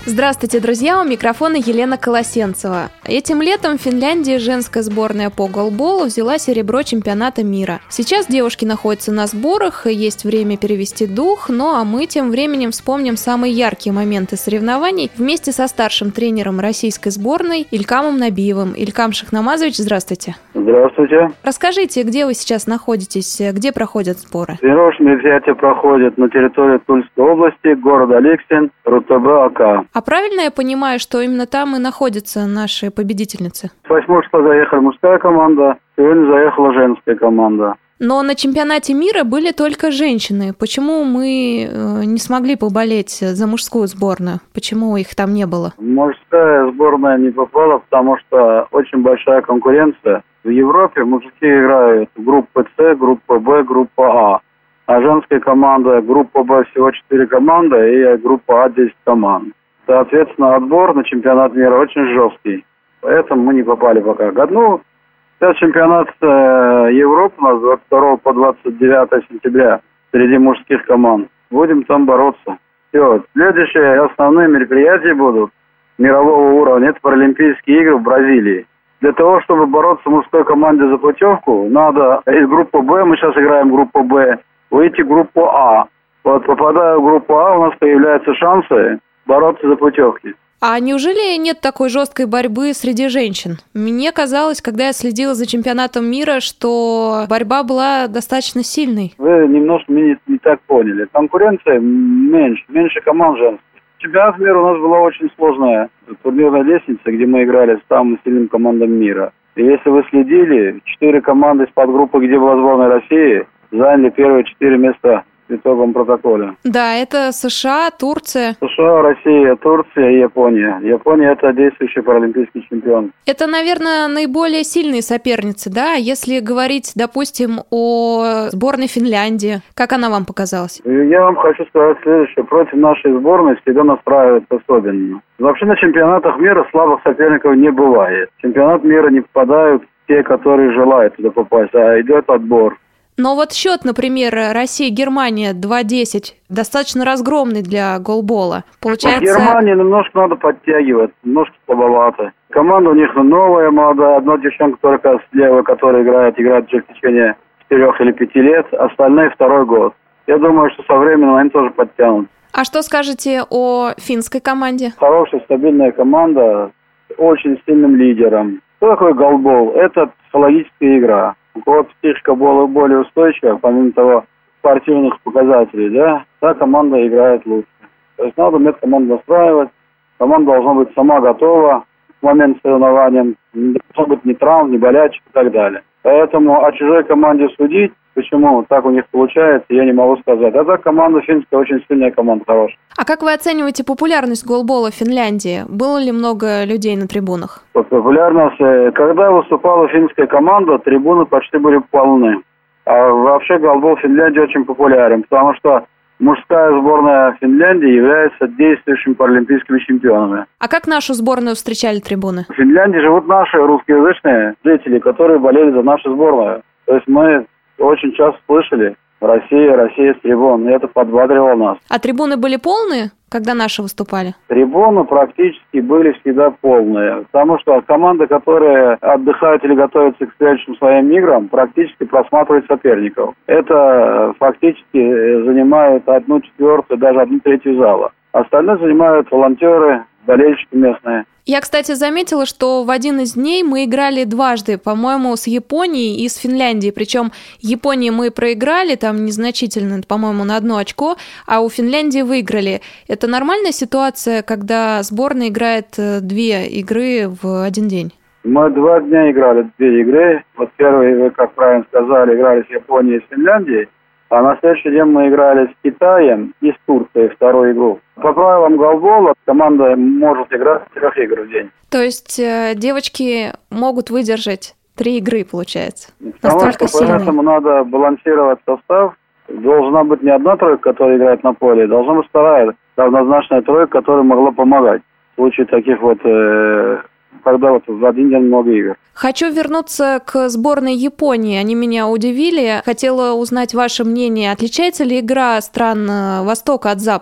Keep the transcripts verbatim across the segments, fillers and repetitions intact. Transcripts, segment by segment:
Здравствуйте, друзья! У микрофона Елена Колосенцева. Этим летом в Финляндии женская сборная по голболу взяла серебро чемпионата мира. Сейчас девушки находятся на сборах, и есть время перевести дух, ну а мы тем временем вспомним самые яркие моменты соревнований вместе со старшим тренером российской сборной Илькамом Набиевым. Илькам Шахнамазович, здравствуйте! Здравствуйте! Расскажите, где вы сейчас находитесь, где проходят сборы? Тренировочные мероприятия проходят на территории Тульской области, города Алексин, РУТБ-АК. А правильно я понимаю, что именно там и находятся наши победительницы? С восьмого числа заехала мужская команда, сегодня заехала женская команда. Но на чемпионате мира были только женщины. Почему мы не смогли поболеть за мужскую сборную? Почему их там не было? Мужская сборная не попала, потому что очень большая конкуренция. В Европе мужики играют группа С, группа Б, группа А. А женская команда, группа Б всего четыре команды и группа А десять команд. Соответственно, отбор на чемпионат мира очень жесткий. Поэтому мы не попали пока. Ну, сейчас чемпионат э, Европы у нас двадцать второго по двадцать девятое сентября среди мужских команд. Будем там бороться. Все. Следующие основные мероприятия будут мирового уровня. Это Паралимпийские игры в Бразилии. Для того, чтобы бороться в мужской команде за путевку, надо из группы Б, мы сейчас играем группу Б, выйти в группу А. Вот попадая в группу А, у нас появляются шансы бороться за путевки. А неужели нет такой жесткой борьбы среди женщин? Мне казалось, когда я следила за чемпионатом мира, что борьба была достаточно сильной. Вы немножко меня не так поняли. Конкуренция меньше, меньше команд женских. Чемпионат мира у нас была очень сложная турнирная лестница, где мы играли с самым сильным командам мира. И если вы следили, четыре команды из подгруппы, где была сборная России, заняли первые четыре места в итоговом протоколе. Да, это США, Турция. США, Россия, Турция и Япония. Япония – это действующий паралимпийский чемпион. Это, наверное, наиболее сильные соперницы, да? Если говорить, допустим, о сборной Финляндии, как она вам показалась? Я вам хочу сказать следующее. Против нашей сборной всегда настраивают особенно. Вообще на чемпионатах мира слабых соперников не бывает. В чемпионат мира не попадают те, которые желают туда попасть, а идет отбор. Но вот счет, например, Россия-Германия два десять, достаточно разгромный для голбола. Получается... В Германии немножко надо подтягивать, немножко слабовато. Команда у них новая, молодая. Одна девчонка только слева, которая играет, играет уже в течение четырех или пяти лет, остальные второй год. Я думаю, что со временем они тоже подтянут. А что скажете о финской команде? Хорошая, стабильная команда с очень сильным лидером. Что такое голбол? Это психологическая игра. У кого психика была более устойчивая, помимо того, спортивных показателей, да, та команда играет лучше. То есть надо уметь команду настраивать, команда должна быть сама готова к моменту соревнования, не должно быть ни травм, ни болячек и так далее. Поэтому о чужой команде судить, почему так у них получается, я не могу сказать. А так команда финская очень сильная команда, хорошая. А как вы оцениваете популярность голбола в Финляндии? Было ли много людей на трибунах? Популярность, когда выступала финская команда, трибуны почти были полны. А вообще голбол в Финляндии очень популярен, потому что мужская сборная Финляндии является действующими паралимпийскими чемпионами. А как нашу сборную встречали трибуны? В Финляндии живут наши русскоязычные зрители, которые болели за нашу сборную. То есть мы очень часто слышали «Россия, Россия с трибун», и это подбадривало нас. А трибуны были полные, когда наши выступали? Трибуны практически были всегда полные, потому что команды, которые отдыхают или готовятся к следующим своим играм, практически просматривают соперников. Это фактически занимает одну четвертую, даже одну третью зала. Остальное занимают волонтеры, болельщики местные. Я, кстати, заметила, что в один из дней мы играли дважды, по-моему, с Японией и с Финляндией. Причем Японии мы проиграли, там незначительно, по-моему, на одно очко, а у Финляндии выиграли. Это нормальная ситуация, когда сборная играет две игры в один день? Мы два дня играли две игры. Вот первый, вы, как правильно сказали, играли с Японией и с Финляндией. А на следующий день мы играли с Китаем и с Турцией вторую игру. По правилам голбола команда может играть трех игр в день. То есть э, девочки могут выдержать три игры, получается? Потому Настолько что сильные. поэтому надо балансировать состав. Должна быть не одна тройка, которая играет на поле, должна быть вторая равнозначная тройка, которая могла помогать в случае таких вот... Э- когда вот в один день много игр. Хочу вернуться к сборной Японии. Они меня удивили. Хотела узнать ваше мнение. Отличается ли игра стран Востока от Запада?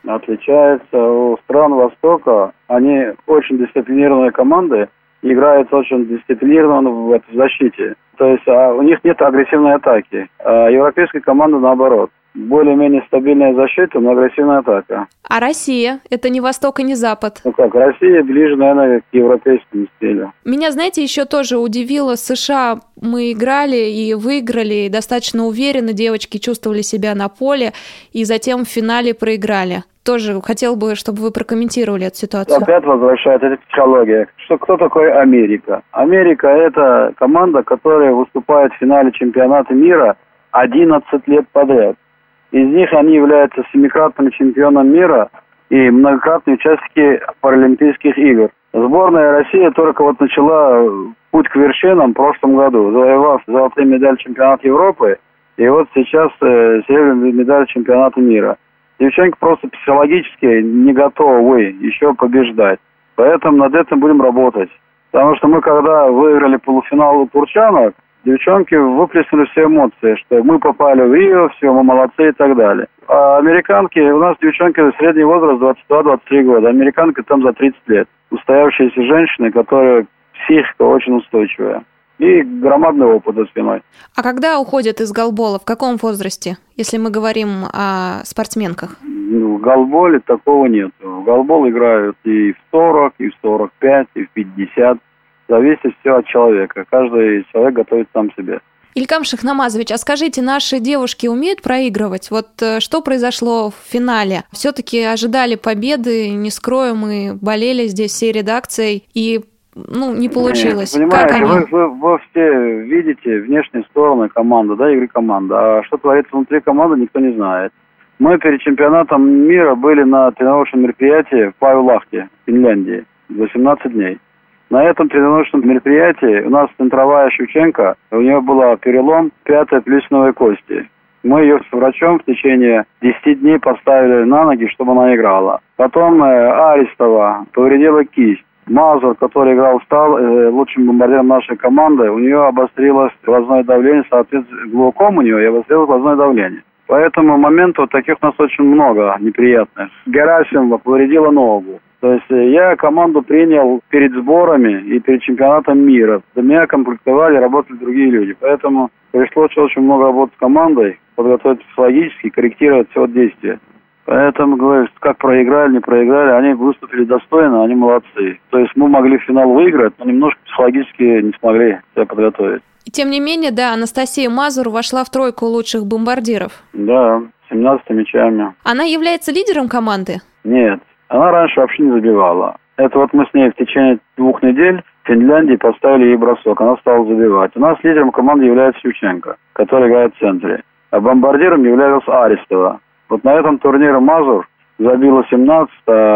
Отличается. У стран Востока, они очень дисциплинированные команды, играют очень дисциплинированно в, в защите. То есть а у них нет агрессивной атаки. А европейская команда наоборот. Более-менее стабильная защита, но агрессивная атака. А Россия? Это не Восток и не Запад. Ну как, Россия ближе, наверное, к европейскому стилю. Меня, знаете, еще тоже удивило. США мы играли и выиграли, и достаточно уверенно девочки чувствовали себя на поле, и затем в финале проиграли. Тоже хотел бы, чтобы вы прокомментировали эту ситуацию. Опять возвращает эта психология. Что, кто такой Америка? Америка – это команда, которая выступает в финале чемпионата мира одиннадцать лет подряд. Из них они являются семикратными чемпионами мира и многократные участники Паралимпийских игр. Сборная России только вот начала путь к вершинам в прошлом году, завоевав золотую медаль чемпионата Европы и вот сейчас э, серебряную медаль чемпионата мира. Девчонки просто психологически не готовы еще побеждать. Поэтому над этим будем работать. Потому что мы, когда выиграли полуфинал у турчанок, девчонки выплеснули все эмоции, что мы попали в Рио, все, мы молодцы и так далее. А американки, у нас девчонки средний возраст двадцать два - двадцать три года, американки там за тридцать лет. Устоявшиеся женщины, которые психика очень устойчивая. И громадный опыт за спиной. А когда уходят из голбола? В каком возрасте, если мы говорим о спортсменках? Ну, в голболе такого нет. В голбол играют и в сорок, и в сорок пять, и в пятьдесят. Зависит все от человека. Каждый человек готовит сам себе. Илькам Шахнамазович, а скажите, наши девушки умеют проигрывать? Вот что произошло в финале? Все-таки ожидали победы, не скрою, мы болели здесь всей редакцией, и ну, не получилось. Нет, понимаете, как они? Вы, вы, вы все видите внешние стороны команды, да, игры команды. А что творится внутри команды, никто не знает. Мы перед чемпионатом мира были на тренировочном мероприятии в Павелахте, в Финляндии, восемнадцать дней. На этом тренировочном мероприятии у нас центровая Шевченко, у нее был перелом пятой плюсовой кости. Мы ее с врачом в течение десяти дней поставили на ноги, чтобы она играла. Потом э, Аристова повредила кисть. Мазур, который играл, стал э, лучшим бомбардиром нашей команды. У нее обострилось глазное давление, соответственно, глауком у нее и обострилось глазное давление. Поэтому моментов таких у нас очень много неприятных. Герасимова повредила ногу. То есть я команду принял перед сборами и перед чемпионатом мира. До меня комплектовали, работали другие люди. Поэтому пришлось очень много работать с командой, подготовить психологически, корректировать все действия. Поэтому, говорю, как проиграли, не проиграли, они выступили достойно, они молодцы. То есть мы могли в финал выиграть, но немножко психологически не смогли себя подготовить. Тем не менее, да, Анастасия Мазур вошла в тройку лучших бомбардиров. Да, семнадцать мячами. Она является лидером команды? Нет, она раньше вообще не забивала. Это вот мы с ней в течение двух недель в Финляндии поставили ей бросок, она стала забивать. У нас лидером команды является Шевченко, который играет в центре. А бомбардиром являлась Аристова. Вот на этом турнире Мазур забила семнадцать,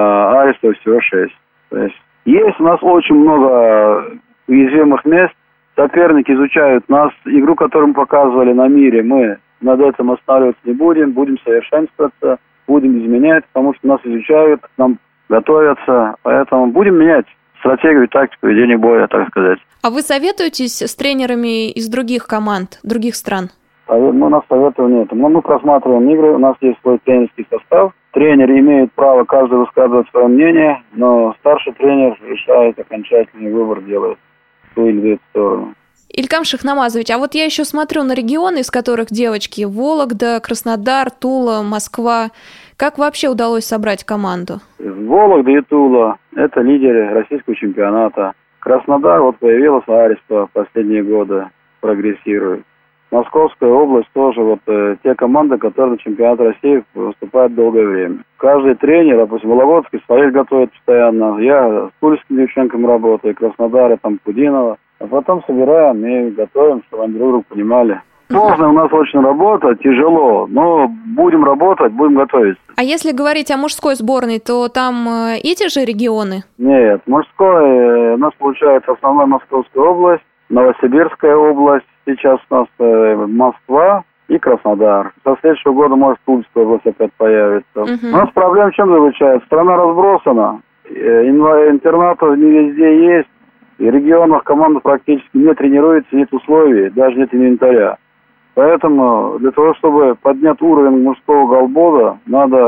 а Аристова всего шесть. То есть есть у нас очень много уязвимых мест. Соперники изучают нас. Игру, которую мы показывали на мире, мы над этим останавливаться не будем. Будем совершенствоваться, будем изменять, потому что нас изучают, к нам готовятся. Поэтому будем менять стратегию, тактику ведения боя, так сказать. А вы советуетесь с тренерами из других команд, других стран? Ну, у нас советов нет. Но мы просматриваем игры, у нас есть свой тренерский состав. Тренер имеет право каждый высказывать свое мнение, но старший тренер решает, окончательный выбор делает в ту или другую сторону. Илькам Шахнамазович, а вот я еще смотрю на регионы, из которых девочки: Вологда, Краснодар, Тула, Москва. Как вообще удалось собрать команду? Вологда и Тула – это лидеры российского чемпионата. Краснодар, вот появилась Аристова в последние годы, прогрессирует. Московская область тоже, вот э, те команды, которые на чемпионат России выступают долгое время. Каждый тренер, допустим, Вологодский своих готовит постоянно. Я с тульскими девчонками работаю, Краснодара, там Пудинова. А потом собираем и готовим, чтобы они друг друга понимали. Сложно у нас очень работа, тяжело, но будем работать, будем готовиться. А если говорить о мужской сборной, то там э, эти же регионы? Нет, мужской э, у нас получается основная Московская область, Новосибирская область, сейчас у нас э, Москва и Краснодар. Со следующего года, может, Тульская область опять появится. Uh-huh. У нас проблема в чем заключается? Страна разбросана, э, интернатов не везде есть, и в регионах команда практически не тренируется, нет условий, даже нет инвентаря. Поэтому для того, чтобы поднять уровень мужского голбола, надо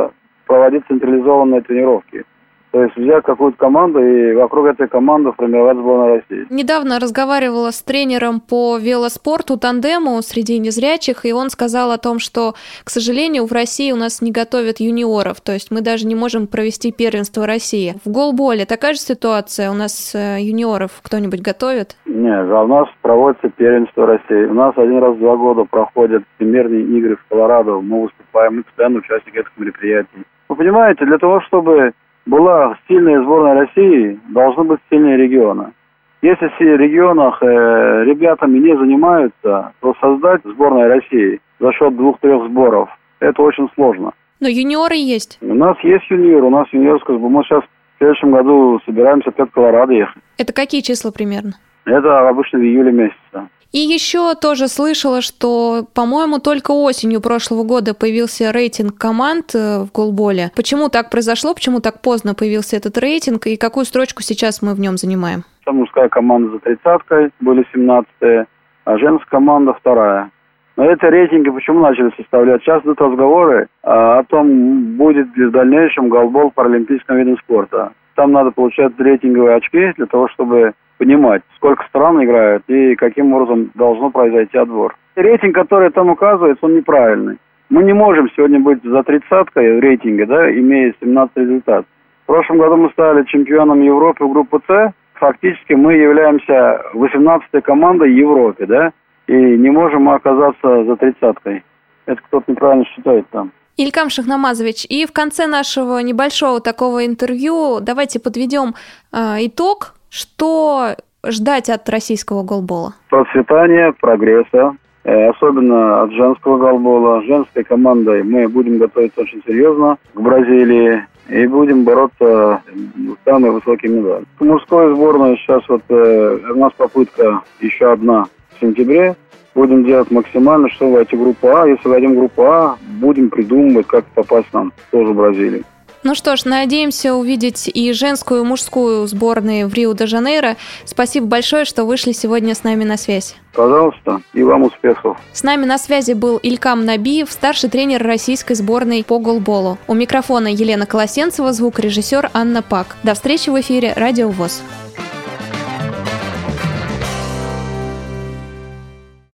проводить централизованные тренировки. То есть взять какую-то команду и вокруг этой команды формировать сборную России. Недавно разговаривала с тренером по велоспорту, тандему среди незрячих, и он сказал о том, что, к сожалению, в России у нас не готовят юниоров, то есть мы даже не можем провести первенство России. В голболе такая же ситуация? У нас юниоров кто-нибудь готовит? Нет, у нас проводится первенство России. У нас один раз в два года проходят всемирные игры в Колорадо. Мы выступаем, мы постоянно участники этих мероприятий. Вы понимаете, для того, чтобы была сильная сборная России, должны быть сильные регионы. Если в регионах э, ребятами не занимаются, то создать сборную России за счет двух-трех сборов, это очень сложно. Но юниоры есть. У нас есть юниоры, у нас юниорская сборная. Мы сейчас в следующем году собираемся опять в Колорадо ехать. Это какие числа примерно? Это обычно в июле месяце. И еще тоже слышала, что, по-моему, только осенью прошлого года появился рейтинг команд в голболе. Почему так произошло? Почему так поздно появился этот рейтинг? И какую строчку сейчас мы в нем занимаем? Там мужская команда за тридцаткой, были семнадцатые, а женская команда вторая. Но эти рейтинги почему начали составлять? Сейчас идут разговоры а, о том, будет ли в дальнейшем голбол паралимпийским видом спорта. Там надо получать рейтинговые очки для того, чтобы понимать, сколько стран играют и каким образом должно произойти отбор. Рейтинг, который там указывается, он неправильный. Мы не можем сегодня быть за тридцаткой в рейтинге, да, имея семнадцать результатов. В прошлом году мы стали чемпионом Европы в группе С. Фактически мы являемся восемнадцатой командой в Европе, да, и не можем мы оказаться за тридцаткой. Это кто-то неправильно считает там. Илькам Шахнамазович, и в конце нашего небольшого такого интервью давайте подведем э, итог. Что ждать от российского голбола? Процветания, прогресса, э, особенно от женского голбола. Женской командой мы будем готовиться очень серьезно к Бразилии и будем бороться за самые высокие медали. Мужской сборной сейчас вот э, у нас попытка еще одна в сентябре. Будем делать максимально, чтобы войти в группу А. Если войдем в группу А, будем придумывать, как попасть нам тоже в Бразилию. Ну что ж, надеемся увидеть и женскую, и мужскую сборные в Рио-де-Жанейро. Спасибо большое, что вышли сегодня с нами на связь. Пожалуйста, и вам успехов. С нами на связи был Илькам Набиев, старший тренер российской сборной по голболу. У микрофона Елена Колосенцева, звукорежиссер Анна Пак. До встречи в эфире Радио ВОС.